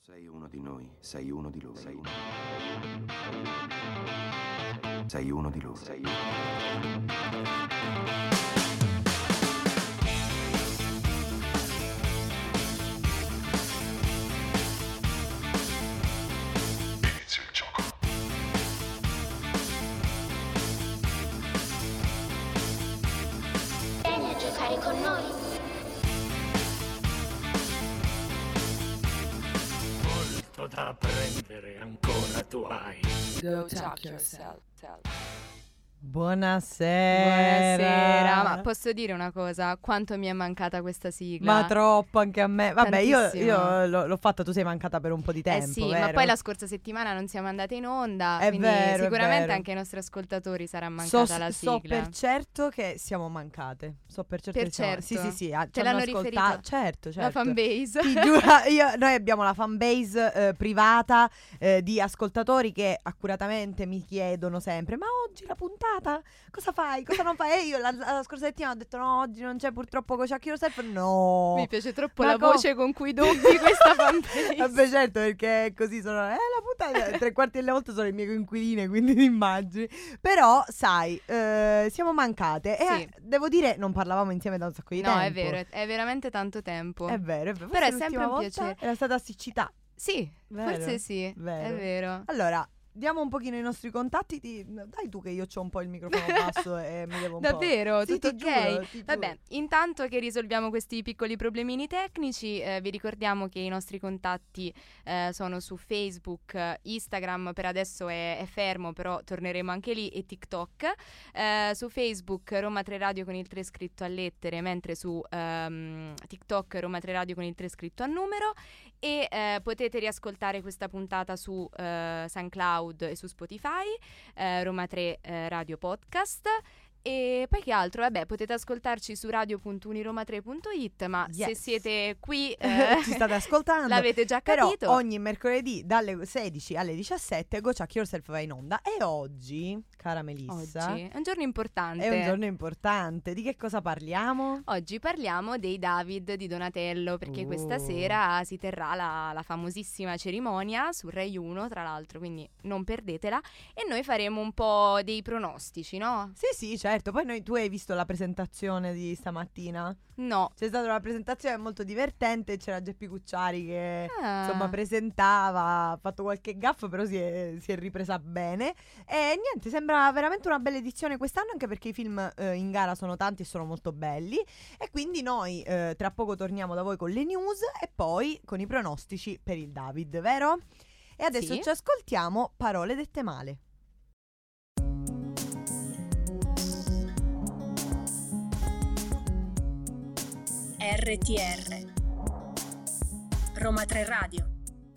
Sei uno di noi, sei uno di loro. Sei uno di loro. Sei Inizia il gioco. Vieni a giocare con noi. Molto da apprendere ancora tu hai. Go talk yourself. Buonasera. Buonasera, ma posso dire una cosa? Quanto mi è mancata questa sigla? Ma troppo anche a me. Vabbè, Tantissimo. io l'ho fatta, tu sei mancata per un po' di tempo, sì, vero? ma poi la scorsa settimana non siamo andate in onda, È quindi vero, è sicuramente vero. anche ai nostri ascoltatori sarà mancata la sigla. So per certo che siamo mancate. So per certo Per che siamo... certo. Sì, ci Te hanno l'hanno ascoltato. riferito? Certo. La fanbase. Ti giuro, noi abbiamo la fanbase privata di ascoltatori che accuratamente mi chiedono sempre: ma oggi la puntata? Cosa fai? Cosa non fai? E io la scorsa settimana ho detto: no, oggi non c'è purtroppo Go Check Yourself. No. Mi piace troppo Ma la voce con cui doppi questa fanbase. Vabbè, certo, perché così sono la puntata, 3/4 delle volte sono le mie coinquiline, quindi ti immagini. Però, sai, siamo mancate. E Sì. devo dire, non parlavamo insieme da un sacco di tempo. No, è vero, è veramente tanto tempo. È vero. Però Forse è sempre l'ultima un volta piacere. era stata siccità. Sì, Vero? forse sì, Vero. è vero. Allora, diamo un pochino i nostri contatti. Dai tu che io ho un po' il microfono basso e mi devo un Davvero? po'... Sì, Tutto ti ok? giuro, ti giuro. Vabbè, intanto che risolviamo questi piccoli problemini tecnici, vi ricordiamo che i nostri contatti sono su Facebook, Instagram per adesso è fermo, però torneremo anche lì, e TikTok. Su Facebook Roma 3 Radio con il 3 scritto a lettere, mentre su TikTok Roma 3 Radio con il 3 scritto a numero. E potete riascoltare questa puntata su SoundCloud e su Spotify, Roma 3 Radio Podcast. E poi che altro? Vabbè, potete ascoltarci su radio.uniroma3.it, ma Yes. se siete qui Ci state ascoltando. l'avete già Però capito. ogni mercoledì dalle 16 alle 17 Go Check Yourself va in onda. E oggi, cara Melissa, Oggi è un giorno importante. è un giorno importante. Di che cosa parliamo? Oggi parliamo dei David di Donatello, perché questa sera si terrà la famosissima cerimonia su Rai 1, tra l'altro, quindi non perdetela. E noi faremo un po' dei pronostici, no? Sì, certo. Poi tu hai visto la presentazione di stamattina? No. C'è stata una presentazione molto divertente. C'era Geppi Cucciari che insomma Ah. presentava, ha fatto qualche gaff, però si è ripresa bene. E niente, sembra veramente una bella edizione quest'anno, anche perché i film in gara sono tanti e sono molto belli. E quindi noi tra poco torniamo da voi con le news e poi con i pronostici per il David, vero? E adesso Sì. ci ascoltiamo Parole dette male. RTR Roma 3 Radio.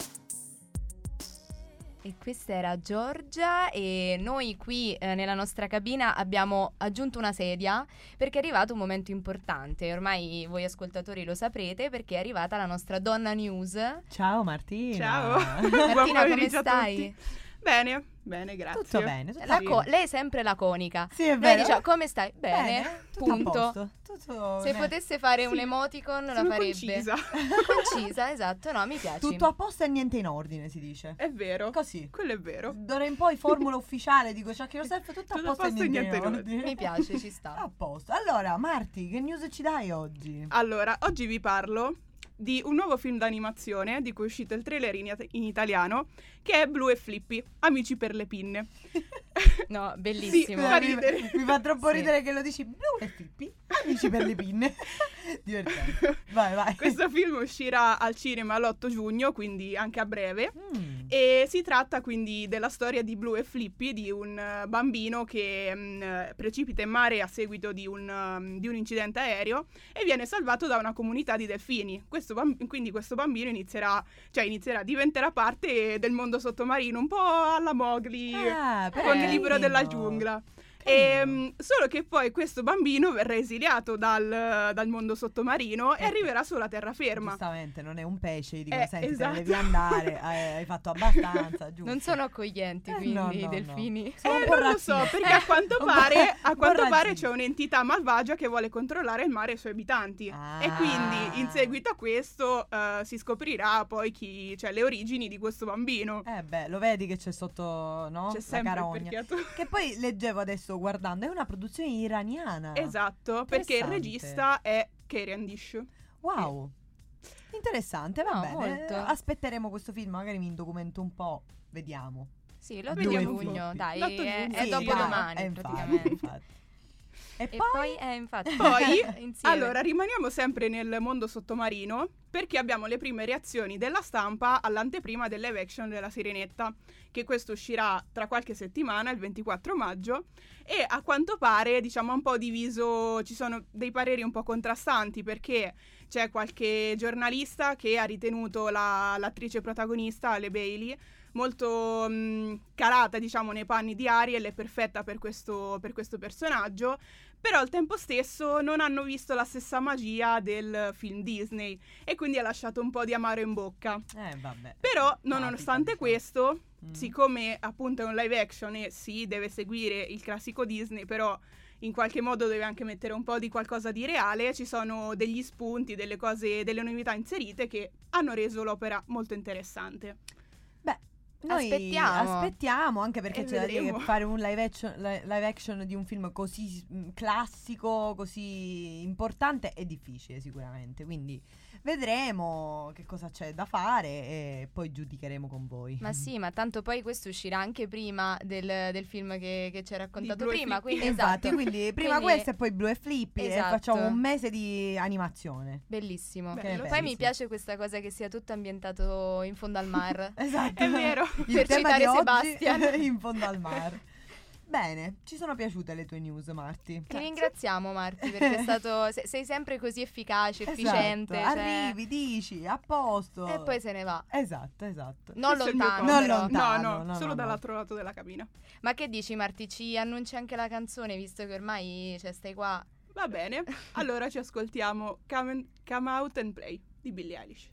E questa era Giorgia, e noi qui nella nostra cabina abbiamo aggiunto una sedia perché è arrivato un momento importante. Ormai voi ascoltatori lo saprete, perché è arrivata la nostra donna news. Ciao Martina. Ciao. Martina, Buon come pomeriggio a stai? tutti. Bene, grazie. Tutto bene, tutto Lei è sempre laconica. Sì, è Noi vero. diciamo, come stai? Bene, tutto punto. a posto. Tutto Se bene. potesse fare Sì, un emoticon la Sono farebbe. concisa. Concisa, esatto, no, mi piace. Tutto a posto e niente in ordine, si dice. È vero. Così. Quello è vero. D'ora in poi formula ufficiale di Go Check Yourself, tutto a posto e niente in ordine. Mi piace, ci sta. A posto. Allora, Marti, che news ci dai oggi? Allora, oggi vi parlo di un nuovo film d'animazione di cui è uscito il trailer in italiano, che è Blue e Flippy, Amici per le pinne. No, Sì, bellissimo. fa ridere. Mi fa troppo Sì. ridere che lo dici blu e Fippi, amici per le pinne. Divertente. Vai. Questo film uscirà al cinema l'8 giugno, quindi anche a breve. Mm. E si tratta quindi della storia di Blue e Flippy, di un bambino che precipita in mare a seguito di un incidente aereo e viene salvato da una comunità di delfini. Quindi questo bambino diventerà parte del mondo sottomarino, un po' alla Mowgli, Ah, con il libro carino. della giungla. Solo che poi questo bambino verrà esiliato dal mondo sottomarino e arriverà sulla terraferma. Giustamente, non è un pesce, gli dicono senti, esatto. te ne devi andare, hai fatto abbastanza, giusto. Non sono accoglienti, quindi no, i no. delfini. Sono un po' Non lo so, razzisti. perché a quanto pare razzini. c'è un'entità malvagia che vuole controllare il mare e i suoi abitanti. Ah. E quindi in seguito a questo si scoprirà poi cioè le origini di questo bambino. Lo vedi che c'è sotto, no? C'è La sempre il carogna. perchiato. Che poi leggevo adesso guardando, è una produzione iraniana. Esatto, perché il Interessante. regista è Kerian Dish. Wow. Interessante, va No, bene. molto. Aspetteremo questo film, magari mi indocumento un po', vediamo. Sì, l'8 Vediamo giugno, un po'. dai, L'8 è giugno. è Sì, dopodomani infatti, praticamente. infatti. E E poi? poi, infatti, Poi, insieme. allora, rimaniamo sempre nel mondo sottomarino perché abbiamo le prime reazioni della stampa all'anteprima del live action della Sirenetta, che questo uscirà tra qualche settimana, il 24 maggio, e a quanto pare, diciamo, un po' diviso, ci sono dei pareri un po' contrastanti perché c'è qualche giornalista che ha ritenuto l'attrice protagonista, Ale Bailey, molto calata, diciamo, nei panni di Ariel e perfetta per questo personaggio, però al tempo stesso non hanno visto la stessa magia del film Disney e quindi ha lasciato un po' di amaro in bocca. Vabbè. Però, Capita, nonostante diciamo. questo, siccome appunto è un live action e sì, deve seguire il classico Disney, però in qualche modo deve anche mettere un po' di qualcosa di reale, ci sono degli spunti, delle cose, delle novità inserite che hanno reso l'opera molto interessante. Noi aspettiamo, anche perché E c'è da dire vedremo. che fare un live action di un film così classico, così importante è difficile sicuramente, quindi vedremo che cosa c'è da fare e poi giudicheremo con voi. Ma sì, ma tanto poi questo uscirà anche prima del film che ci hai raccontato Blue e prima, Flippy. quindi Infatti, esatto. quindi prima Quindi- questo e poi Blue e Flippy Esatto. e facciamo un mese di animazione. Bellissimo. Bello. Poi mi Sì. piace questa cosa che sia tutto ambientato in fondo al mar. Esatto. È vero. Il Per tema citare di oggi Sebastian. è in fondo al mar. Bene, ci sono piaciute le tue news, Marti? Ti ringraziamo Marti perché è stato sei sempre così efficace, efficiente, Esatto. cioè- Arrivi, dici, a posto. e poi se ne va. Esatto. Non Questo è il mio lontano, compito. Non però. lontano. No, no, solo no. dall'altro lato della cabina. Ma che dici Marti? Ci annunci anche la canzone visto che ormai stai qua. Va bene, allora ci ascoltiamo Come Out and Play di Billie Eilish.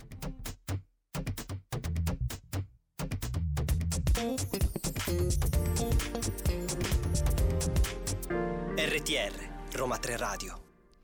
RTR, Roma 3 Radio.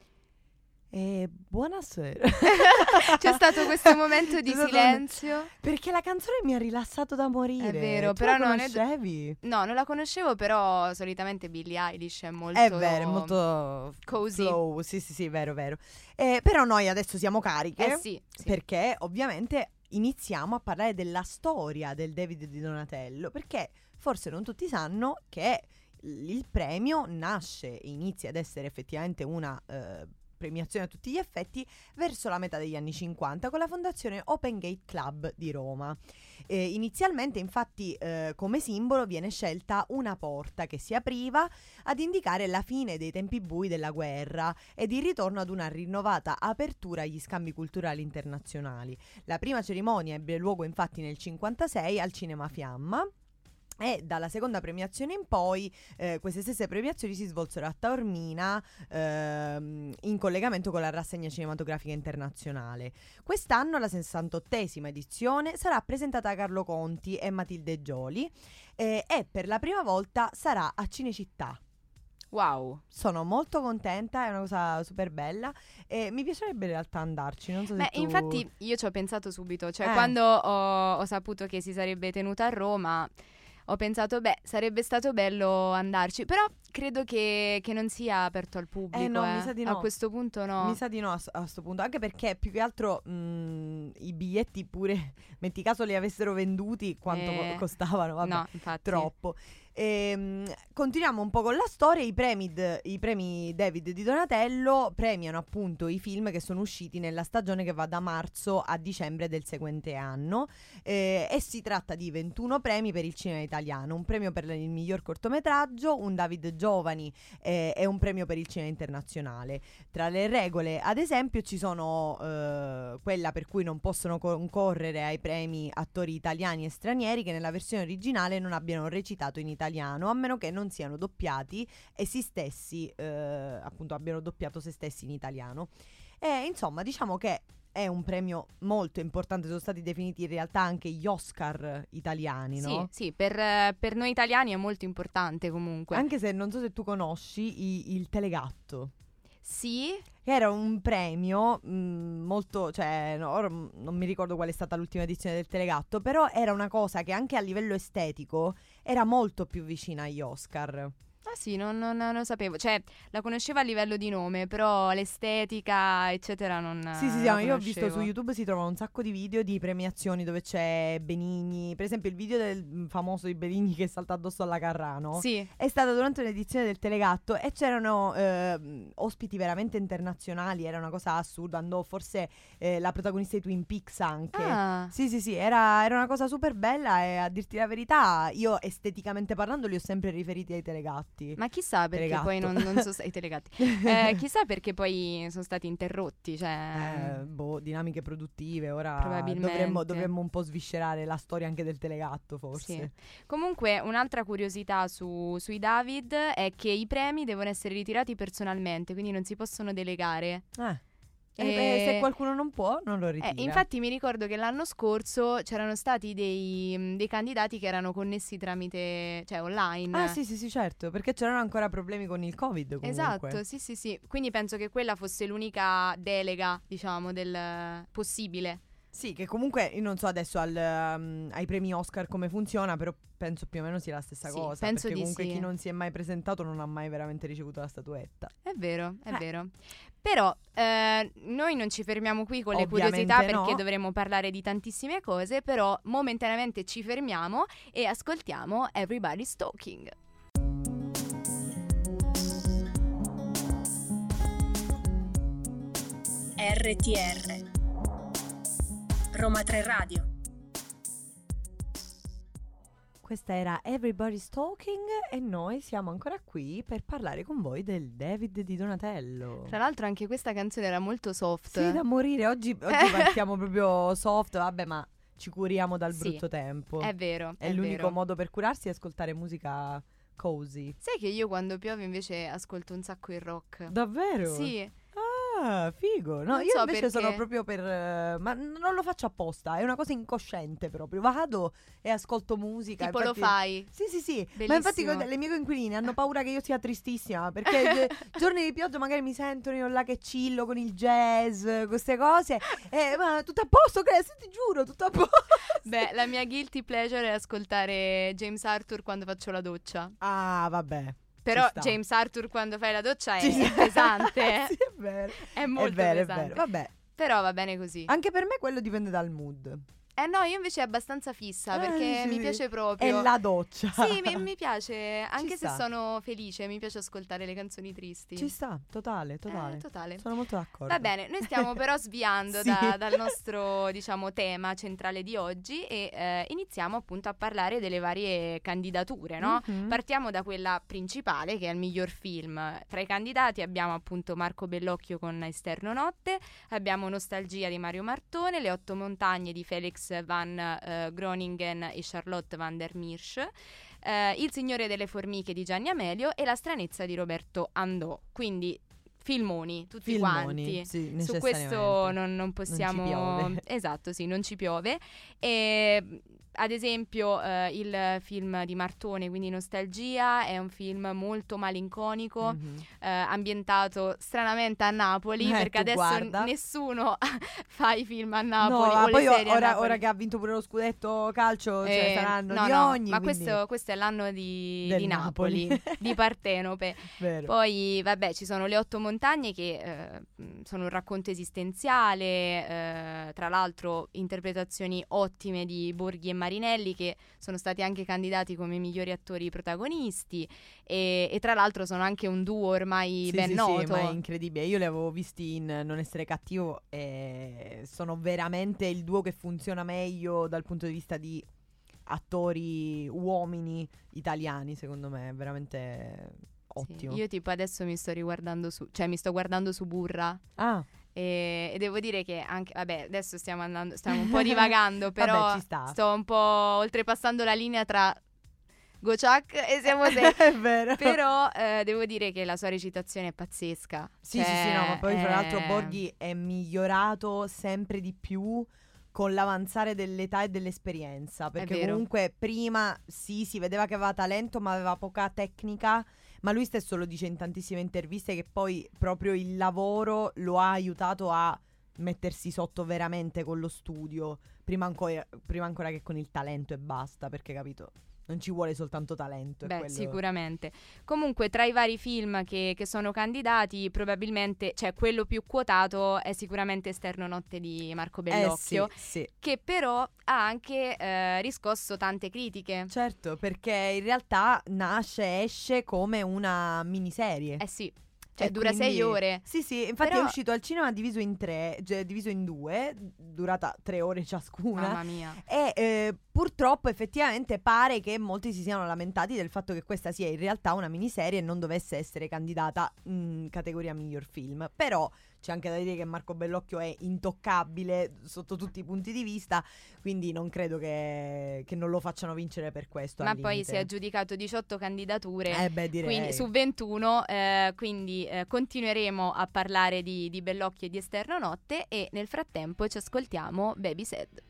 Buonasera. C'è stato questo momento di C'è stato silenzio. Perché la canzone mi ha rilassato da morire. È vero, Tu però la non è- conoscevi? No, non la conoscevo, però solitamente Billie Eilish è molto È vero, è molto cozy. flow. Sì, vero. Però noi adesso siamo cariche. Sì. Perché ovviamente iniziamo a parlare della storia del David di Donatello, perché forse non tutti sanno che il premio nasce e inizia ad essere effettivamente una premiazione a tutti gli effetti verso la metà degli anni 50 con la fondazione Open Gate Club di Roma. Inizialmente infatti come simbolo viene scelta una porta che si apriva ad indicare la fine dei tempi bui della guerra ed il ritorno ad una rinnovata apertura agli scambi culturali internazionali. La prima cerimonia ebbe luogo infatti nel 56 al Cinema Fiamma. E dalla seconda premiazione in poi queste stesse premiazioni si svolsero a Taormina in collegamento con la rassegna cinematografica internazionale. Quest'anno la 68esima edizione sarà presentata da Carlo Conti e Matilde Gioli e per la prima volta sarà a Cinecittà. Wow. Sono molto contenta, è una cosa super bella e mi piacerebbe in realtà andarci, non so se Beh, tu... infatti io ci ho pensato subito, cioè Eh. quando ho saputo che si sarebbe tenuta a Roma, ho pensato, sarebbe stato bello andarci, però credo che non sia aperto al pubblico. no, mi sa di no. A questo punto no. Mi sa di no a sto punto, anche perché più che altro i biglietti pure, metti caso li avessero venduti, quanto costavano, vabbè, No, infatti. troppo. Continuiamo un po' con la storia. I premi David di Donatello premiano appunto i film che sono usciti nella stagione che va da marzo a dicembre del seguente anno e si tratta di 21 premi per il cinema italiano, un premio per il miglior cortometraggio, un David Giovani e un premio per il cinema internazionale. Tra le regole ad esempio ci sono quella per cui non possono concorrere ai premi attori italiani e stranieri che nella versione originale non abbiano recitato in italiano italiano, a meno che non siano doppiati essi stessi, appunto abbiano doppiato se stessi in italiano. E insomma, diciamo che è un premio molto importante, sono stati definiti in realtà anche gli Oscar italiani, no? Sì, per noi italiani è molto importante comunque. Anche se non so se tu conosci il Telegatto. Sì. Era un premio molto, cioè ora non mi ricordo qual è stata l'ultima edizione del Telegatto, però era una cosa che anche a livello estetico era molto più vicina agli Oscar. Ah sì, non lo sapevo. Cioè, la conoscevo a livello di nome, però l'estetica, eccetera, non Sì, la io ho visto conoscevo. su YouTube, si trovano un sacco di video di premiazioni dove c'è Benigni. Per esempio il video del famoso di Benigni che salta addosso alla Carrano. Sì. È stato durante un'edizione del Telegatto e c'erano ospiti veramente internazionali, era una cosa assurda, andò forse la protagonista di Twin Peaks anche. Ah. Sì, era una cosa super bella e a dirti la verità io esteticamente parlando li ho sempre riferiti ai Telegatti. Ma chissà perché Telegatto. poi non so i telegatti. Chissà perché poi sono stati interrotti, cioè Dinamiche produttive, ora probabilmente. dovremmo un po' sviscerare la storia anche del Telegatto forse. Sì. Comunque un'altra curiosità sui David è che i premi devono essere ritirati personalmente, quindi non si possono delegare. Se qualcuno non può, non lo ritira. Infatti mi ricordo che l'anno scorso c'erano stati dei candidati che erano connessi tramite, cioè online. Ah sì, certo, perché c'erano ancora problemi con il Covid comunque. Esatto, sì. Quindi penso che quella fosse l'unica delega, diciamo, del possibile. Sì, che comunque io non so adesso ai premi Oscar come funziona, però penso più o meno sia la stessa cosa. Penso perché di comunque sì. chi non si è mai presentato non ha mai veramente ricevuto la statuetta. È vero. Però noi non ci fermiamo qui con le Ovviamente curiosità no. perché dovremmo parlare di tantissime cose, però momentaneamente ci fermiamo e ascoltiamo Everybody's Talking. RTR Roma 3 Radio. Questa era Everybody's Talking e noi siamo ancora qui per parlare con voi del David di Donatello. Tra l'altro anche questa canzone era molto soft. Sì, da morire. Oggi partiamo proprio soft, vabbè, ma ci curiamo dal Sì, brutto tempo. È vero. È l'unico vero. modo per curarsi è ascoltare musica cozy. Sai che io quando piove invece ascolto un sacco il rock. Davvero? Sì. Ah, figo. No, Non io so invece perché. sono proprio per ma non lo faccio apposta, è una cosa incosciente proprio. Vado e ascolto musica. Tipo infatti, lo fai. Sì. Bellissimo. Ma infatti le mie coinquiline hanno paura che io sia tristissima perché giorni di pioggia magari mi sentono io là che chillo con il jazz, queste cose. Ma tutto a posto, Grace, ti giuro, tutto a posto. Beh, la mia guilty pleasure è ascoltare James Arthur quando faccio la doccia. Ah, vabbè. Però ci sta. James Arthur quando fai la doccia è Ci sta. pesante. Sì, è vero. È molto vero, pesante. è vero. Vabbè, Però va bene così. anche per me quello dipende dal mood. No, io invece è abbastanza fissa perché sì, mi sì. piace È proprio. la doccia. Sì, mi piace, anche se sta. sono felice, mi piace ascoltare le canzoni tristi. Ci sta, totale. Totale. Sono molto d'accordo. Va bene, noi stiamo però sviando Sì. dal nostro, diciamo, tema centrale di oggi e iniziamo appunto a parlare delle varie candidature, no? Mhm. Partiamo da quella principale che è il miglior film. Tra i candidati abbiamo appunto Marco Bellocchio con Esterno Notte, abbiamo Nostalgia di Mario Martone, Le Otto Montagne di Felix van Groningen e Charlotte van der Mirsch, Il Signore delle Formiche di Gianni Amelio e La Stranezza di Roberto Andò. Quindi filmoni, tutti quanti. Sì, Su questo necessariamente. non possiamo. piove. Esatto, sì, non ci piove. E ad esempio il film di Martone, quindi Nostalgia, è un film molto malinconico, Mhm. ambientato stranamente a Napoli, perché tu adesso guarda. nessuno fa i film a No, Napoli ma o poi le serie a ora Napoli. che ha vinto pure lo scudetto calcio, cioè saranno no, di no, ogni. ma quindi- questo è l'anno di Del Napoli, Napoli. di Partenope. Vero. Poi, vabbè, ci sono Le Otto Montagne che sono un racconto esistenziale, tra l'altro interpretazioni ottime di Borghi e Marinelli che sono stati anche candidati come migliori attori protagonisti e tra l'altro sono anche un duo ormai Sì, ben sì, noto. sì, ma è incredibile. Io li avevo visti in Non essere cattivo e sono veramente il duo che funziona meglio dal punto di vista di attori uomini italiani, secondo me, è veramente Sì, ottimo. io tipo adesso mi sto guardando su Burra. Ah, E devo dire che anche, vabbè, adesso stiamo un po' divagando, però Vabbè, ci sta. sto un po' oltrepassando la linea tra Gociak e siamo sei. È vero. Però devo dire che la sua recitazione è pazzesca. Sì, no, ma poi fra l'altro Borghi è migliorato sempre di più con l'avanzare dell'età e dell'esperienza, perché comunque prima sì, si vedeva che aveva talento ma aveva poca tecnica, ma lui stesso lo dice in tantissime interviste che poi proprio il lavoro lo ha aiutato a mettersi sotto veramente con lo studio, prima ancora che con il talento e basta, perché capito? Non ci vuole soltanto talento. Beh, quello... sicuramente. Comunque, tra i vari film che sono candidati, probabilmente, cioè quello più quotato è sicuramente Esterno Notte di Marco Bellocchio, sì. che però ha anche riscosso tante critiche. Certo, perché in realtà esce come una miniserie. Sì. Cioè E dura quindi- 6 ore. Sì, infatti Però- è uscito al cinema diviso in 2, durata 3 ore ciascuna. Mamma mia. E purtroppo effettivamente pare che molti si siano lamentati del fatto che questa sia in realtà una miniserie e non dovesse essere candidata in categoria miglior film. Però c'è anche da dire che Marco Bellocchio è intoccabile sotto tutti i punti di vista, quindi non credo che non lo facciano vincere per questo. Ma al poi limite. si è aggiudicato 18 candidature. Direi. Quindi, su 21, quindi continueremo a parlare di Bellocchio e di Esterno Notte e nel frattempo ci ascoltiamo Baby Sad.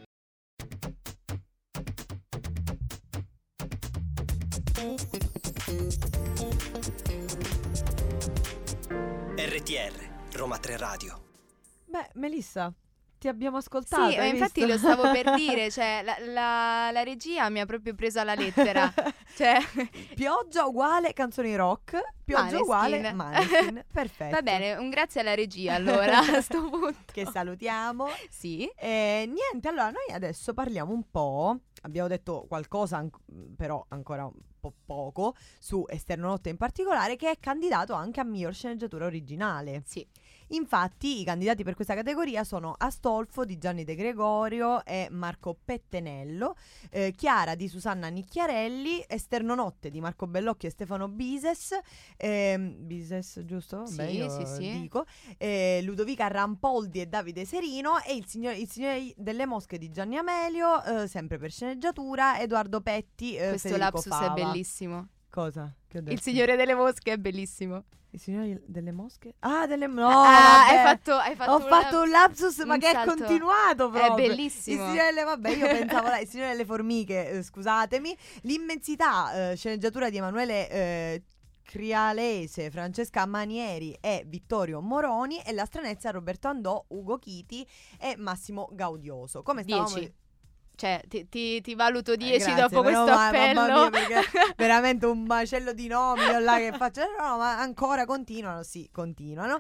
RTR, Roma 3 Radio. Beh, Melissa, ti abbiamo ascoltato. Sì, hai infatti visto? lo stavo per dire, cioè la regia mi ha proprio preso alla lettera. Cioè, Pioggia uguale canzoni rock, pioggia Maneskin. uguale Maneskin. Perfetto. va bene, un grazie alla regia allora a sto punto. Che salutiamo. Sì. Niente, allora noi adesso parliamo un po'. Abbiamo detto qualcosa, però ancora un po' poco, su Esterno Notte in particolare, che è candidato anche a miglior sceneggiatura originale. Sì. Infatti i candidati per questa categoria sono Astolfo di Gianni De Gregorio e Marco Pettenello, Chiara di Susanna Nicchiarelli, Esterno Notte di Marco Bellocchio e Stefano Bises, Bises giusto? Vabbè, Sì, io sì. dico, Ludovica Rampoldi e Davide Serino e il Signore delle Mosche di Gianni Amelio, sempre per sceneggiatura, Edoardo Petti, Questo Federico lapsus Fava. è bellissimo. Cosa? Che ho detto? Il Signore delle Mosche è bellissimo. Il Signore delle Mosche? Ah, no, hai vabbè. fatto Ho fatto un lapsus, ma un che è salto. continuato proprio. È bellissimo. Il Signore delle, vabbè, io pensavo il Signore delle Formiche, scusatemi. L'immensità, sceneggiatura di Emanuele Crialese, Francesca Manieri e Vittorio Moroni, e la stranezza Roberto Andò, Ugo Chiti e Massimo Gaudioso. Come stavamo 10. Cioè, ti valuto 10 grazie, dopo però, questo mamma appello. mia, perché veramente un macello di nomi io là che faccio. No, ma ancora continuano. Sì, continuano.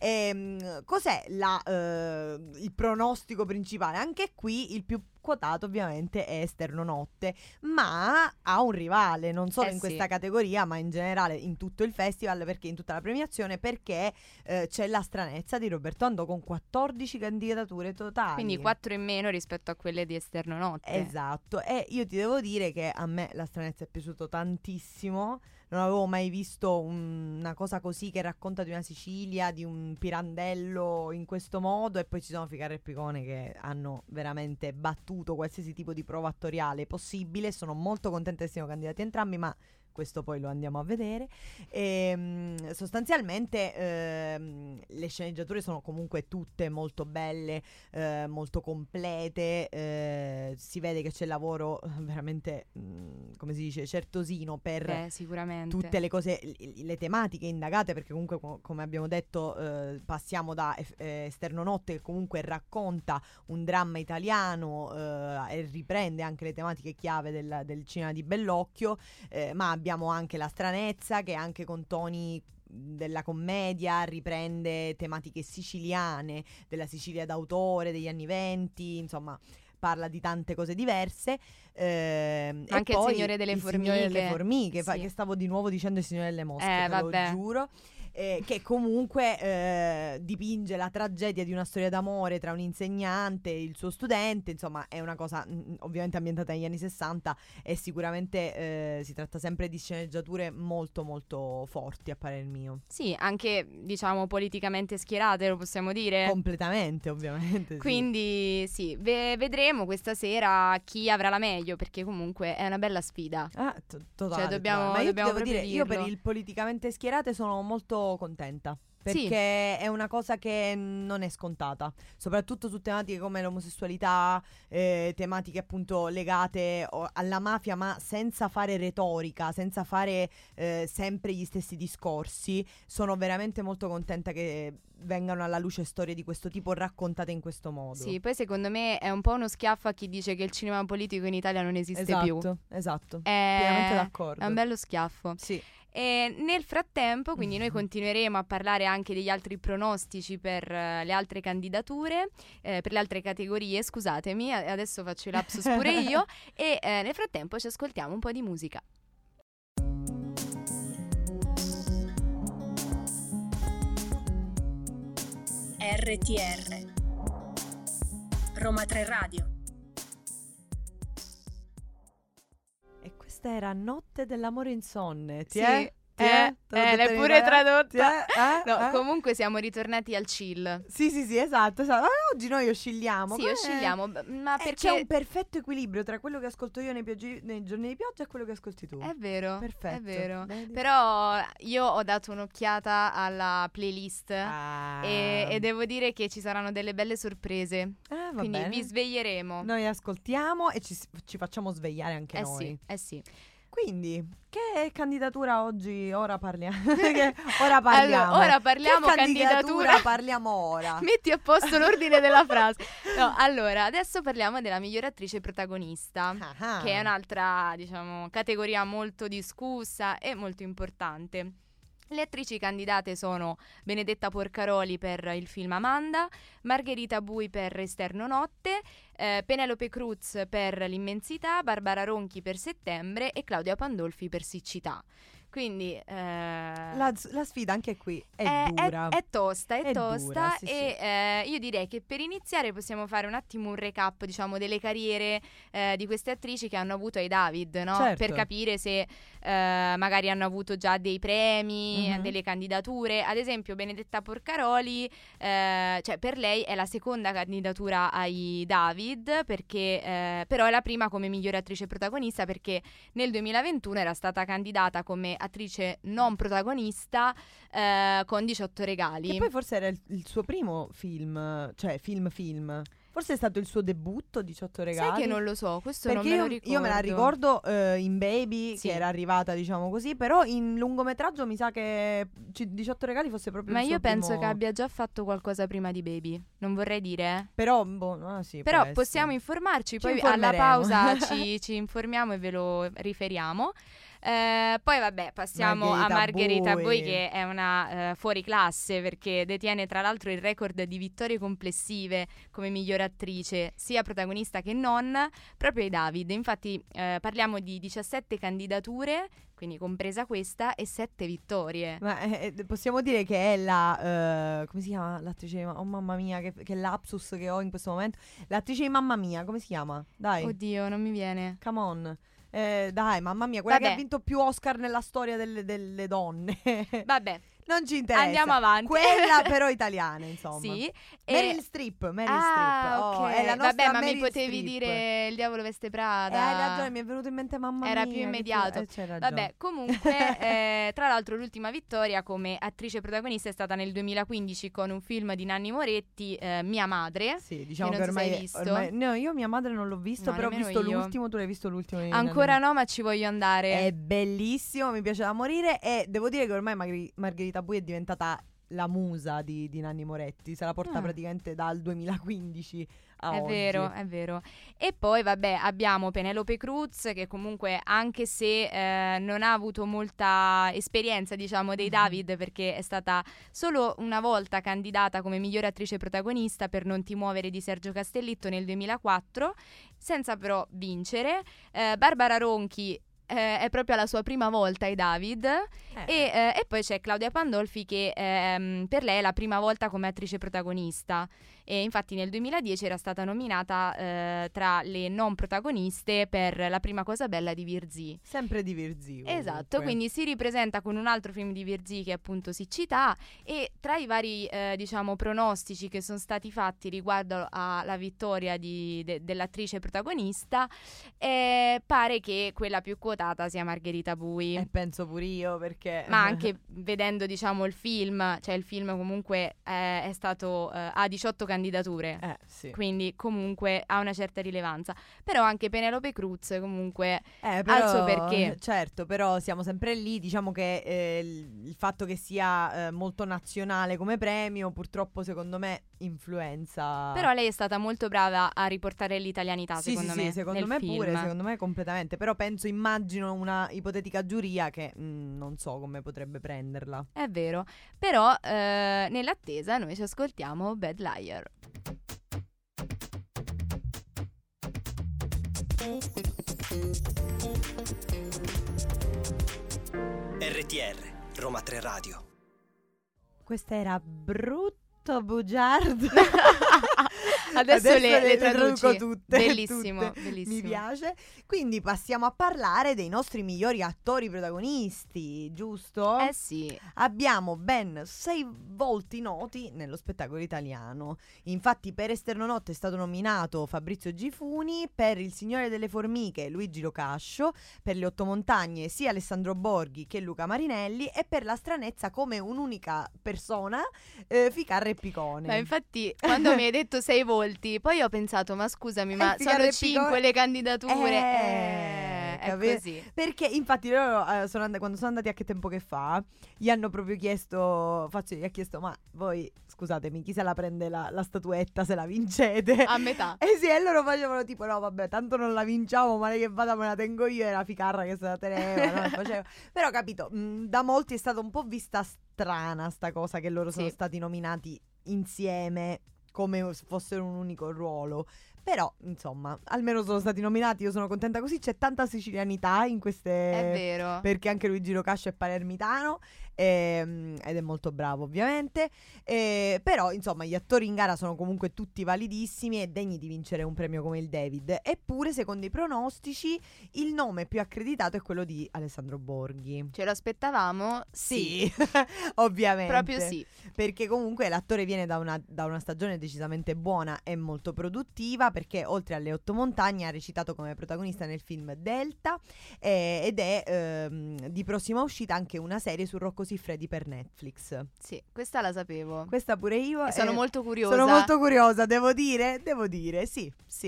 Cos'è il pronostico principale? Anche qui il più quotato ovviamente è Esterno Notte, ma ha un rivale non solo in questa categoria, ma in generale in tutto il festival, perché in tutta la premiazione, perché c'è La stranezza di Roberto Andò con 14 candidature totali. Quindi 4 in meno rispetto a quelle di Esterno Notte. Esatto, e io ti devo dire che a me La stranezza è piaciuto tantissimo. Non avevo mai visto una cosa così, che racconta di una Sicilia, di un Pirandello in questo modo, e poi ci sono Ficarra e Picone che hanno veramente battuto qualsiasi tipo di prova attoriale possibile. Sono molto contenta che siano candidati entrambi, ma questo poi lo andiamo a vedere. Sostanzialmente le sceneggiature sono comunque tutte molto belle, molto complete, si vede che c'è lavoro veramente, come si dice, certosino per sicuramente tutte le cose, le tematiche indagate, perché comunque come abbiamo detto passiamo da Esterno Notte, che comunque racconta un dramma italiano e riprende anche le tematiche chiave del cinema di Bellocchio, ma abbiamo anche La stranezza, che anche con toni della commedia riprende tematiche siciliane, della Sicilia d'autore degli anni *20, insomma parla di tante cose diverse. Anche e poi il Signore delle il Formiche. Signore delle Formiche, Sì. che stavo di nuovo dicendo il Signore delle Mosche, te lo vabbè. giuro. che comunque dipinge la tragedia di una storia d'amore tra un insegnante e il suo studente. Insomma, è una cosa ovviamente ambientata negli anni 60 e sicuramente si tratta sempre di sceneggiature molto molto forti, a parer mio. Sì, anche diciamo politicamente schierate, lo possiamo dire. Completamente, ovviamente. Sì. Quindi sì, vedremo questa sera chi avrà la meglio, perché comunque è una bella sfida. Totale. Cioè, dobbiamo Ma io ti devo proprio dire, io per dirlo. il politicamente schierate sono molto contenta. Perché Sì. è una cosa che non è scontata, soprattutto su tematiche come l'omosessualità, tematiche appunto legate alla mafia, ma senza fare retorica, senza fare sempre gli stessi discorsi. Sono veramente molto contenta che vengano alla luce storie di questo tipo raccontate in questo modo. Sì, poi secondo me è un po' uno schiaffo a chi dice che il cinema politico in Italia non esiste più. Esatto, pienamente d'accordo. È un bello schiaffo. Sì. E nel frattempo, quindi noi continueremo a parlare anche degli altri pronostici per le altre candidature, per le altre categorie, scusatemi, adesso faccio i lapsus pure io, e nel frattempo ci ascoltiamo un po' di musica. RTR Roma 3 Radio. E questa era Notte dell'amore insonne. Sì. L'hai l'hai pure tradotta. No, No, comunque siamo ritornati al chill. Sì, esatto. Oggi noi oscilliamo. Sì, oscilliamo, ma perché c'è un perfetto equilibrio tra quello che ascolto io nei giorni di pioggia e quello che ascolti tu. È vero, Perfetto. è vero. Vedi? Però io ho dato un'occhiata alla playlist e devo dire che ci saranno delle belle sorprese. Va Quindi bene. vi sveglieremo. Noi ascoltiamo e ci facciamo svegliare anche noi. Sì. Quindi, che candidatura oggi? Ora parliamo. Ora parliamo. Allora, ora parliamo che candidatura. parliamo ora. Metti a posto l'ordine della frase. No, allora, adesso parliamo della migliore attrice protagonista, che è un'altra, diciamo, categoria molto discussa e molto importante. Le attrici candidate sono Benedetta Porcaroli per il film Amanda, Margherita Bui per Esterno Notte, Penelope Cruz per L'Immensità, Barbara Ronchi per Settembre e Claudia Pandolfi per Siccità. Quindi La sfida anche qui è dura. È tosta, È tosta dura, sì, e io direi che per iniziare possiamo fare un attimo un recap, diciamo, delle carriere di queste attrici che hanno avuto ai David, no? Certo. Per capire se magari hanno avuto già dei premi, delle candidature. Ad esempio Benedetta Porcaroli, cioè per lei è la seconda candidatura ai David, perché però è la prima come migliore attrice protagonista, perché nel 2021 era stata candidata come attrice non protagonista con 18 regali. Che poi forse era il suo primo film, cioè film. Forse è stato il suo debutto, 18 regali. Sai che non lo so, questo Perché non me lo ricordo. io me la ricordo in Baby, Sì. che era arrivata, diciamo così, però in lungometraggio mi sa che 18 regali fosse proprio Ma il suo io penso primo... che abbia già fatto qualcosa prima di Baby. Non vorrei dire. Però, sì, Però può possiamo essere. informarci, Ci poi alla informeremo. pausa ci informiamo e ve lo riferiamo. Poi vabbè, passiamo a Margherita Bui, che è una fuoriclasse, perché detiene tra l'altro il record di vittorie complessive come migliore attrice, sia protagonista che non, proprio ai David. Infatti parliamo di 17 candidature, quindi compresa questa, e 7 vittorie. Ma possiamo dire che è la come si chiama l'attrice? Oh mamma mia, che lapsus che ho in questo momento. L'attrice di Mamma Mia, come si chiama? Dai. Oddio, non mi viene. Come on. Dai, mamma mia, quella Vabbè. che ha vinto più Oscar nella storia delle donne. Vabbè, Non ci interessa. andiamo avanti. Quella però italiana, insomma. Sì. Meryl Streep. Ok. Oh, è la nostra Vabbè, ma mi Meryl potevi Streep. dire Il diavolo veste Prada. Hai ragione, mi è venuto in mente Mamma Era Mia. più immediato. C'hai ragione. Vabbè, comunque, tra l'altro l'ultima vittoria come attrice protagonista è stata nel 2015 con un film di Nanni Moretti, Mia madre. Sì, diciamo che che non so se ormai, hai visto. no, io Mia madre non l'ho visto, No, però ho nemmeno visto io. l'ultimo. Tu l'hai visto l'ultimo? Ancora no, ma ci voglio andare. È bellissimo, mi piace da morire e devo dire che ormai Margherita Bui è diventata la musa di Nanni Moretti, se la porta praticamente dal 2015 a È oggi. vero, è vero. E poi vabbè, abbiamo Penelope Cruz, che comunque, anche se non ha avuto molta esperienza, diciamo, dei David, perché è stata solo una volta candidata come migliore attrice protagonista per Non ti muovere di Sergio Castellitto nel 2004, senza però vincere. Barbara Ronchi è proprio la sua prima volta ai David. E poi c'è Claudia Pandolfi che per lei è la prima volta come attrice protagonista, e infatti nel 2010 era stata nominata tra le non protagoniste per La prima cosa bella di Virzì. Sempre di Virzì. Esatto, quindi si ripresenta con un altro film di Virzì che è appunto Siccità, e tra i vari diciamo pronostici che sono stati fatti riguardo alla vittoria dell'attrice protagonista, pare che quella più quotata sia Margherita Bui. E penso pure io, perché ma anche vedendo diciamo il film, cioè il film comunque è stato ha 18 candidature, sì. Quindi comunque ha una certa rilevanza, però anche Penelope Cruz comunque però, ha il suo perché. Certo, però siamo sempre lì, diciamo che il fatto che sia molto nazionale come premio purtroppo secondo me influenza. Però lei è stata molto brava a riportare l'italianità, sì, secondo me. Sì, secondo nel me film. pure, secondo me completamente. Però immagino una ipotetica giuria che non so come potrebbe prenderla. È vero, però nell'attesa noi ci ascoltiamo Bad Liar. RTR, Roma 3 Radio. Questa era brutto bugiardo. Adesso le traduci. traduco tutte. Bellissimo, tutte. bellissimo. Mi piace. Quindi passiamo a parlare dei nostri migliori attori protagonisti, giusto? Eh sì. Abbiamo ben 6 volti noti nello spettacolo italiano. Infatti per Esterno Notte è stato nominato Fabrizio Gifuni, per Il Signore delle Formiche Luigi Locascio, per Le Otto Montagne sia Alessandro Borghi che Luca Marinelli, e per La Stranezza come un'unica persona Ficarra e Picone. Ma infatti quando mi hai detto 6 volti, poi ho pensato, ma scusami, ma Ficarra sono e 5 le candidature. È capito? così. Perché infatti loro quando sono andati a Che tempo che fa, gli hanno proprio chiesto, Fazio gli ha chiesto: ma voi scusatemi, chi se la prende la statuetta se la vincete? A metà. E sì, e loro facevano tipo: no vabbè, tanto non la vinciamo, ma lei che vada me la tengo io. Era Ficarra che se la teneva, no? Però capito, da molti è stata un po' vista strana sta cosa che loro sono stati nominati insieme come fossero un unico ruolo. Però, insomma, almeno sono stati nominati, io sono contenta così. C'è tanta sicilianità in queste... È vero. Perché anche Luigi Locascio è palermitano ed è molto bravo, ovviamente. Però, insomma, gli attori in gara sono comunque tutti validissimi e degni di vincere un premio come il David. Eppure, secondo i pronostici, il nome più accreditato è quello di Alessandro Borghi. Ce lo aspettavamo? Sì, ovviamente. Proprio sì. Perché comunque l'attore viene da una stagione decisamente buona e molto produttiva, perché oltre alle Otto Montagne ha recitato come protagonista nel film Delta ed è di prossima uscita anche una serie su Rocco Siffredi per Netflix. Sì, questa la sapevo. Questa pure io. E sono molto curiosa. Sono molto curiosa, devo dire, sì.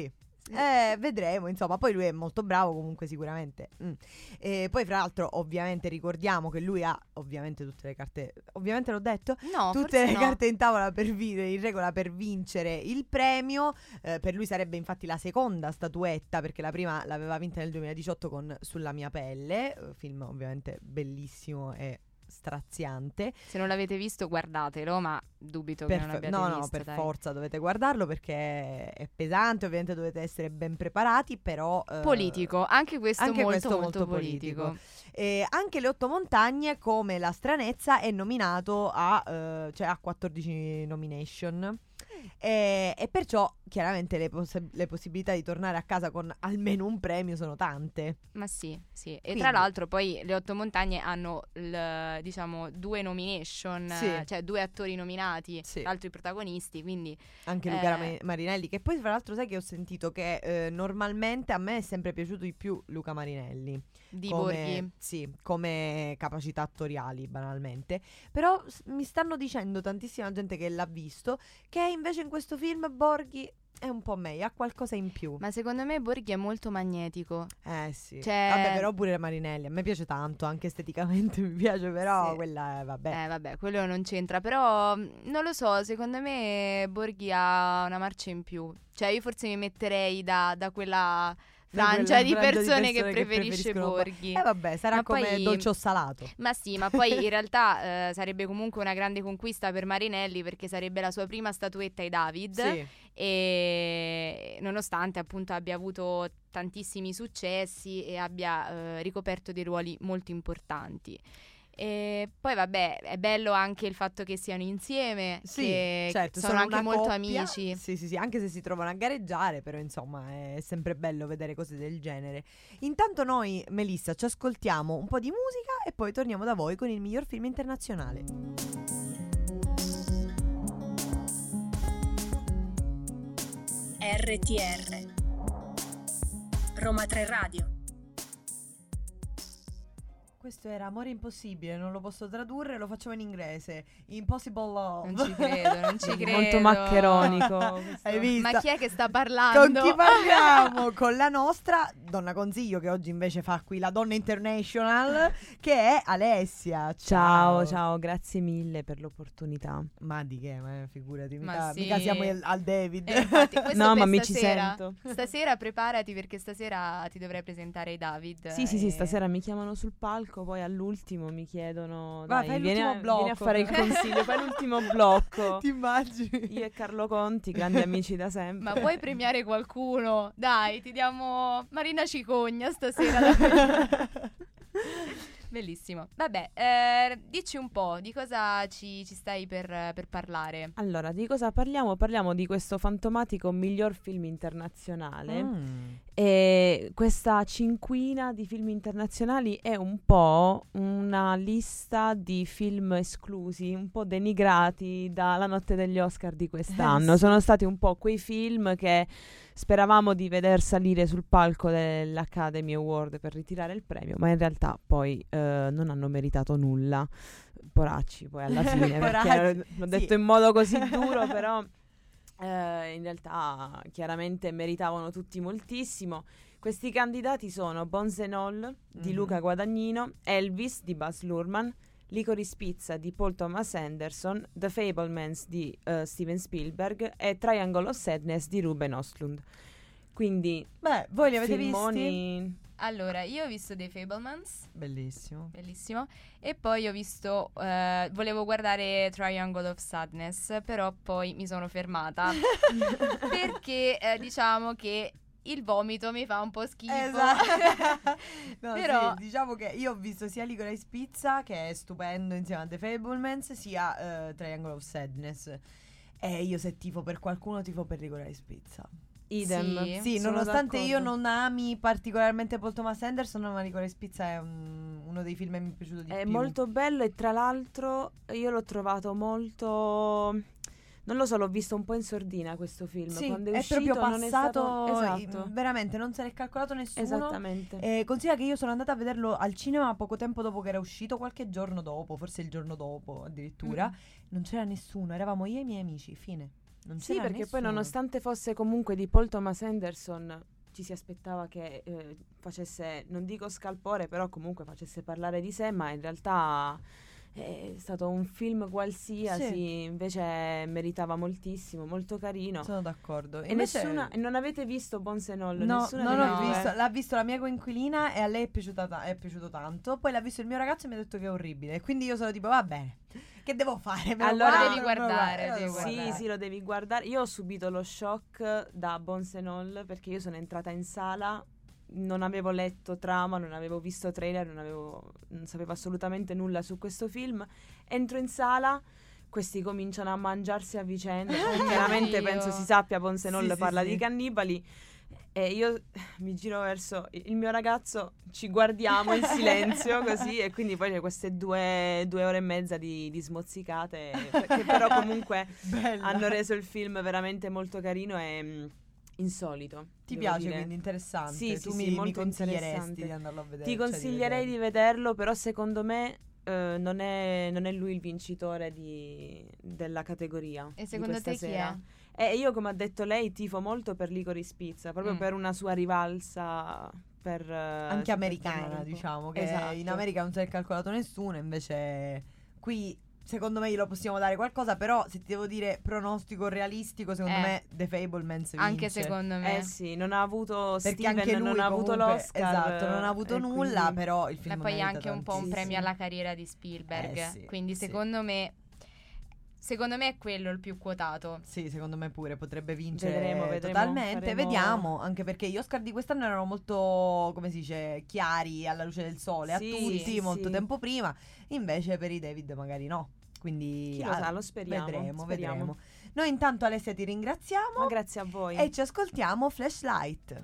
Vedremo, insomma. Poi lui è molto bravo comunque, sicuramente. Poi fra l'altro ovviamente ricordiamo che lui ha ovviamente tutte le carte, ovviamente l'ho detto, no, tutte le no. carte in tavola in regola per vincere il premio. Per lui sarebbe infatti la seconda statuetta, perché la prima l'aveva vinta nel 2018 con Sulla mia pelle, film ovviamente bellissimo e straziante. Se non l'avete visto guardatelo, ma dubito che non abbiate visto. No, per dai. forza dovete guardarlo, perché è pesante, ovviamente dovete essere ben preparati, però politico, anche questo anche molto molto politico. Anche Le Otto Montagne come La Stranezza è nominato a 14 nomination. E perciò chiaramente le possibilità di tornare a casa con almeno un premio sono tante. Ma sì. E Quindi, tra l'altro poi Le Otto Montagne hanno diciamo 2 nomination, cioè 2 attori nominati, altri protagonisti, quindi anche Luca Marinelli, che poi fra l'altro sai che ho sentito che normalmente a me è sempre piaciuto di più Luca Marinelli di Borghi. Sì, come capacità attoriali banalmente. Però mi stanno dicendo tantissima gente che l'ha visto che invece in questo film Borghi è un po' meglio, ha qualcosa in più. Ma secondo me Borghi è molto magnetico. Sì. Cioè... Vabbè, però pure Marinelli a me piace tanto, anche esteticamente mi piace, però quella vabbè. Quello non c'entra. Però non lo so, secondo me Borghi ha una marcia in più. Cioè io forse mi metterei da quella frangia di frangia persone che preferiscono preferisce Borghi. Vabbè, sarà Ma come poi- dolce o salato. Ma sì, ma poi in realtà sarebbe comunque una grande conquista per Marinelli, perché sarebbe la sua prima statuetta ai David. Sì. E nonostante appunto abbia avuto tantissimi successi e abbia ricoperto dei ruoli molto importanti. E poi vabbè, è bello anche il fatto che siano insieme, Sì, che certo, sono anche una molto coppia. amici. Sì, anche se si trovano a gareggiare, però insomma è sempre bello vedere cose del genere. Intanto noi, Melissa, ci ascoltiamo un po' di musica e poi torniamo da voi con il miglior film internazionale. RTR Roma 3 Radio. Questo era Amore impossibile, non lo posso tradurre, lo facciamo in inglese. Impossible Love. Non ci credo, non ci credo. Molto maccheronico. Hai visto? Ma chi è che sta Con parlando? chi parliamo? Con la nostra donna consiglio, che oggi invece fa qui la donna international, che è Alessia. Ciao, grazie mille per l'opportunità. Ma di che? Ma figurati, Ma mica, sì. mica siamo al David. Infatti, questo No, per ma mi ci stasera. sento. Stasera preparati, perché stasera ti dovrei presentare ai David. Sì, e- stasera mi chiamano sul palco, poi all'ultimo mi chiedono Vai, dai, fai vieni, l'ultimo blocco. vieni a fare il consiglio, fai l'ultimo blocco. Ti immagini? Io e Carlo Conti, grandi amici da sempre. Ma puoi premiare qualcuno? Dai, ti diamo Marina Cicogna stasera. Bellissimo. Vabbè, dici un po' di cosa ci stai per parlare. Allora, di cosa parliamo? Parliamo di questo fantomatico miglior film internazionale. E questa cinquina di film internazionali è un po' una lista di film esclusi, un po' denigrati dalla notte degli Oscar di quest'anno. Sì. Sono stati un po' quei film che speravamo di veder salire sul palco dell'Academy Award per ritirare il premio, ma in realtà poi non hanno meritato nulla. Poracci poi alla fine, Poracci, perché l'ho detto sì. in modo così duro, però in realtà chiaramente meritavano tutti moltissimo. Questi candidati sono Bones and All di Luca Guadagnino, Elvis di Baz Luhrmann, Licorice Pizza di Paul Thomas Anderson, The Fabelmans di Steven Spielberg e Triangle of Sadness di Ruben Östlund. Quindi Beh, voi li avete visti? filmoni. Allora, io ho visto The Fabelmans, Bellissimo. bellissimo, e poi ho visto, volevo guardare Triangle of Sadness, però poi mi sono fermata perché diciamo che il vomito mi fa un po' schifo. Esatto. No, Però- sì, diciamo che io ho visto sia Licorice Pizza, che è stupendo insieme a The Fabelmans, sia Triangle of Sadness. E io, se tifo per qualcuno, tifo per Licorice Pizza. Idem. Sì. Sì, Sono nonostante io d'accordo. non ami particolarmente Paul Thomas Anderson, ma Licorice Pizza è uno dei film che mi è piaciuto di È più. molto bello e tra l'altro io l'ho trovato molto... Non lo so, l'ho visto un po' in sordina questo film. Sì, Quando è è uscito proprio non è stato... passato Esatto. veramente, non se l'è calcolato nessuno. Esattamente. Considera che io sono andata a vederlo al cinema poco tempo dopo che era uscito, qualche giorno dopo, forse il giorno dopo addirittura. Non c'era nessuno, eravamo io e i miei amici, fine. Non Sì, c'era perché poi nessuno. nonostante fosse comunque di Paul Thomas Anderson, ci si aspettava che facesse, non dico scalpore, però comunque facesse parlare di sé, ma in realtà è stato un film qualsiasi, Sì. invece meritava moltissimo, molto carino. Sono d'accordo. E nessuna, e non avete visto Bones and All? No, Nessuna non delle ho due? visto. L'ha visto la mia coinquilina e a lei è piaciuto tanto. Poi l'ha visto il mio ragazzo e mi ha detto che è orribile. Quindi io sono tipo, va bene, che devo fare? Me lo Allora- guardo, Devi me lo guardare, guardo, devi lo devo Sì, guardare. sì, lo devi guardare. Io ho subito lo shock da Bones and All perché io sono entrata in sala, non avevo letto trama, non avevo visto trailer, non sapevo assolutamente nulla su questo film. Entro in sala, questi cominciano a mangiarsi a vicenda. Chiaramente Oddio. penso si sappia, Bones and All Sì, sì, parla sì. di cannibali. E io mi giro verso il mio ragazzo, ci guardiamo in silenzio così, e quindi poi c'è queste due ore e mezza di smozzicate che però comunque Bella. hanno reso il film veramente molto carino e insolito. Ti devo piace, dire. quindi interessante. Sì, tu sì, mi, sì, mi molto consiglieresti interessante. di andarlo a vedere. Ti cioè consiglierei di vederlo, però secondo me non è lui il vincitore della categoria. E secondo di questa te chi sera. E io, come ha detto lei, tifo molto per Licorice Pizza, proprio per una sua rivalsa per anche per americana, tornare un po'. diciamo, che Esatto. in America non si è calcolato nessuno, invece qui secondo me glielo possiamo dare qualcosa, però se ti devo dire pronostico realistico, secondo me The Fabelmans vince. Anche secondo me. Sì, non ha avuto perché Steven, anche lui non ha avuto comunque, l'Oscar. esatto, non ha avuto nulla, quindi... però il film Ma poi merita anche un po' un tantissimo. premio alla carriera di Spielberg. Sì, Quindi sì. secondo me è quello il più quotato. Sì, secondo me pure potrebbe vincere Vedremo, totalmente. faremo- Vediamo, anche perché gli Oscar di quest'anno erano molto, come si dice, chiari alla luce del sole, Sì, a tutti, sì, molto sì. tempo prima. Invece per i David magari no. Quindi Chi lo sa, lo speriamo. vedremo. Noi intanto, Alessia, ti ringraziamo. Ma grazie a voi. E ci ascoltiamo Flashlight.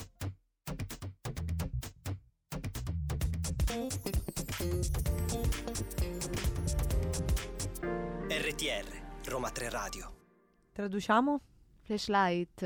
RTR, Roma 3 Radio. Traduciamo? Flashlight.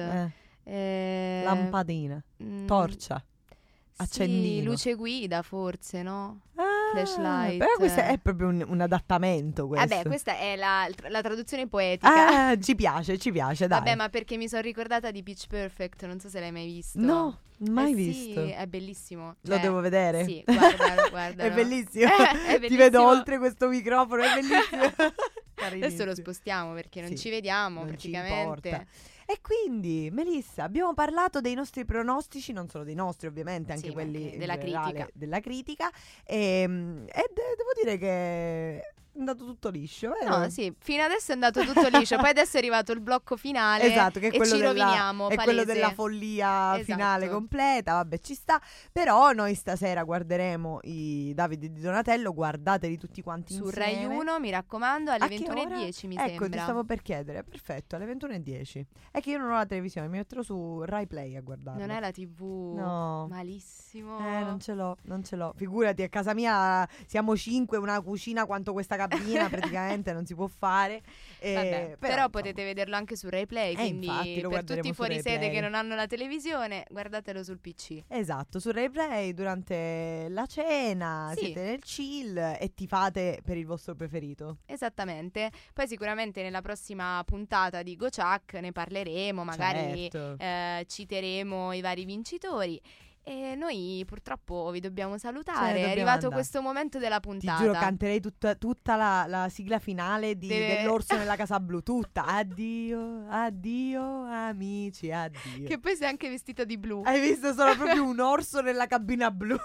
Lampadina, torcia, accendino. Sì, luce guida forse, no? Ah, Flashlight. Però questo è proprio un adattamento, questo. Vabbè, questa è la traduzione poetica. Ah, ci piace, dai. Vabbè, ma perché mi sono ricordata di Pitch Perfect, non so se l'hai mai visto. No, mai Sì, visto. è bellissimo. Lo devo vedere? Sì, guardalo. È bellissimo. È Ti vedo bellissimo. oltre questo microfono, è bellissimo. Adesso lo spostiamo perché non Sì, ci vediamo non ci praticamente. importa. E quindi, Melissa, abbiamo parlato dei nostri pronostici, non solo dei nostri ovviamente, anche Sì, quelli anche in della generale critica. della critica. E devo dire che è andato tutto liscio, vero? No, sì, fino adesso è andato tutto liscio. Poi adesso è arrivato il blocco finale. Esatto, che è e quello ci roviniamo. è palese. quello della follia Esatto. finale completa. Vabbè, ci sta. Però noi stasera guarderemo i Davide di Donatello. Guardateli tutti quanti Su insieme. Rai 1, mi raccomando, alle A che ora? 21:10 mi Ecco, sembra. ti stavo per chiedere. Perfetto, alle 21:10. È che io non ho la televisione, mi metterò su Rai Play a guardarlo. Non è la TV. No. Malissimo. Non ce l'ho. Figurati, a casa mia siamo 5, una cucina quanto questa cabina, praticamente non si può fare. Vabbè, però insomma, potete vederlo anche su Rai Play, quindi infatti, lo per guarderemo tutti i su Rai fuorisede Play. che non hanno la televisione, guardatelo sul PC. Esatto, su Rai Play durante la cena, Sì. siete nel chill e tifate per il vostro preferito. Esattamente. Poi sicuramente nella prossima puntata di GoChuck ne parleremo, magari Certo. citeremo i vari vincitori. E noi purtroppo vi dobbiamo salutare. dobbiamo È arrivato andare. questo momento della Ti puntata. giuro, canterei tutta la sigla finale dell'Orso nella Casa Blu, tutta. Addio, addio, amici, addio. Che poi sei anche vestito di blu. Hai visto? Sono proprio un orso nella cabina blu.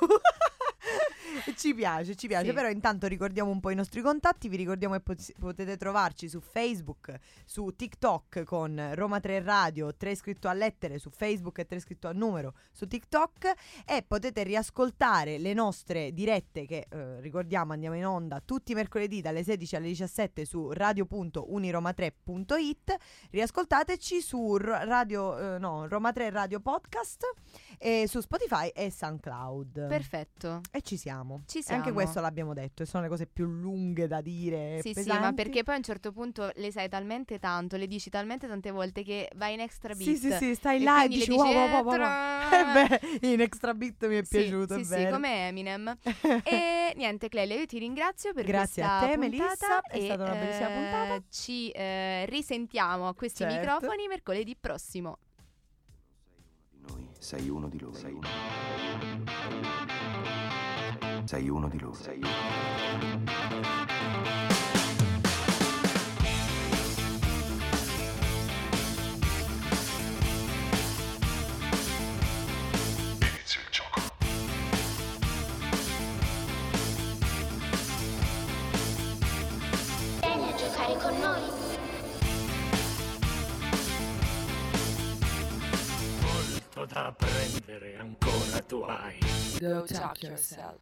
Ci piace, Sì. però intanto ricordiamo un po' i nostri contatti, vi ricordiamo che potete trovarci su Facebook, su TikTok con Roma 3 Radio, 3 scritto a lettere su Facebook e 3 scritto a numero su TikTok, e potete riascoltare le nostre dirette che ricordiamo andiamo in onda tutti i mercoledì dalle 16 alle 17 su radio.uniroma3.it. Riascoltateci su Roma 3 Radio Podcast, e su Spotify e SoundCloud. Perfetto. E ci siamo. Ci E siamo. anche questo l'abbiamo detto, e sono le cose più lunghe da dire. Sì, pesanti. ma perché poi a un certo punto le sai talmente tanto, le dici talmente tante volte che vai in extra beat. Sì, stai E là e quindi le dici dici, wow. Beh, in extra beat mi è Sì, piaciuto, sì, è sì, vero. come Eminem. E niente, Clelia, io ti ringrazio per Grazie questa a te, puntata. Melissa, è e, stata una bellissima puntata. Ci risentiamo a questi Certo. microfoni mercoledì prossimo. Noi sei uno di loro. Sei uno di loro. Inizia il gioco. Vieni a giocare con noi. Molto da apprendere ancora tu hai. Go talk yourself.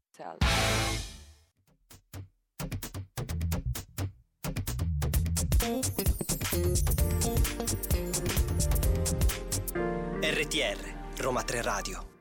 RTR, Roma 3 Radio.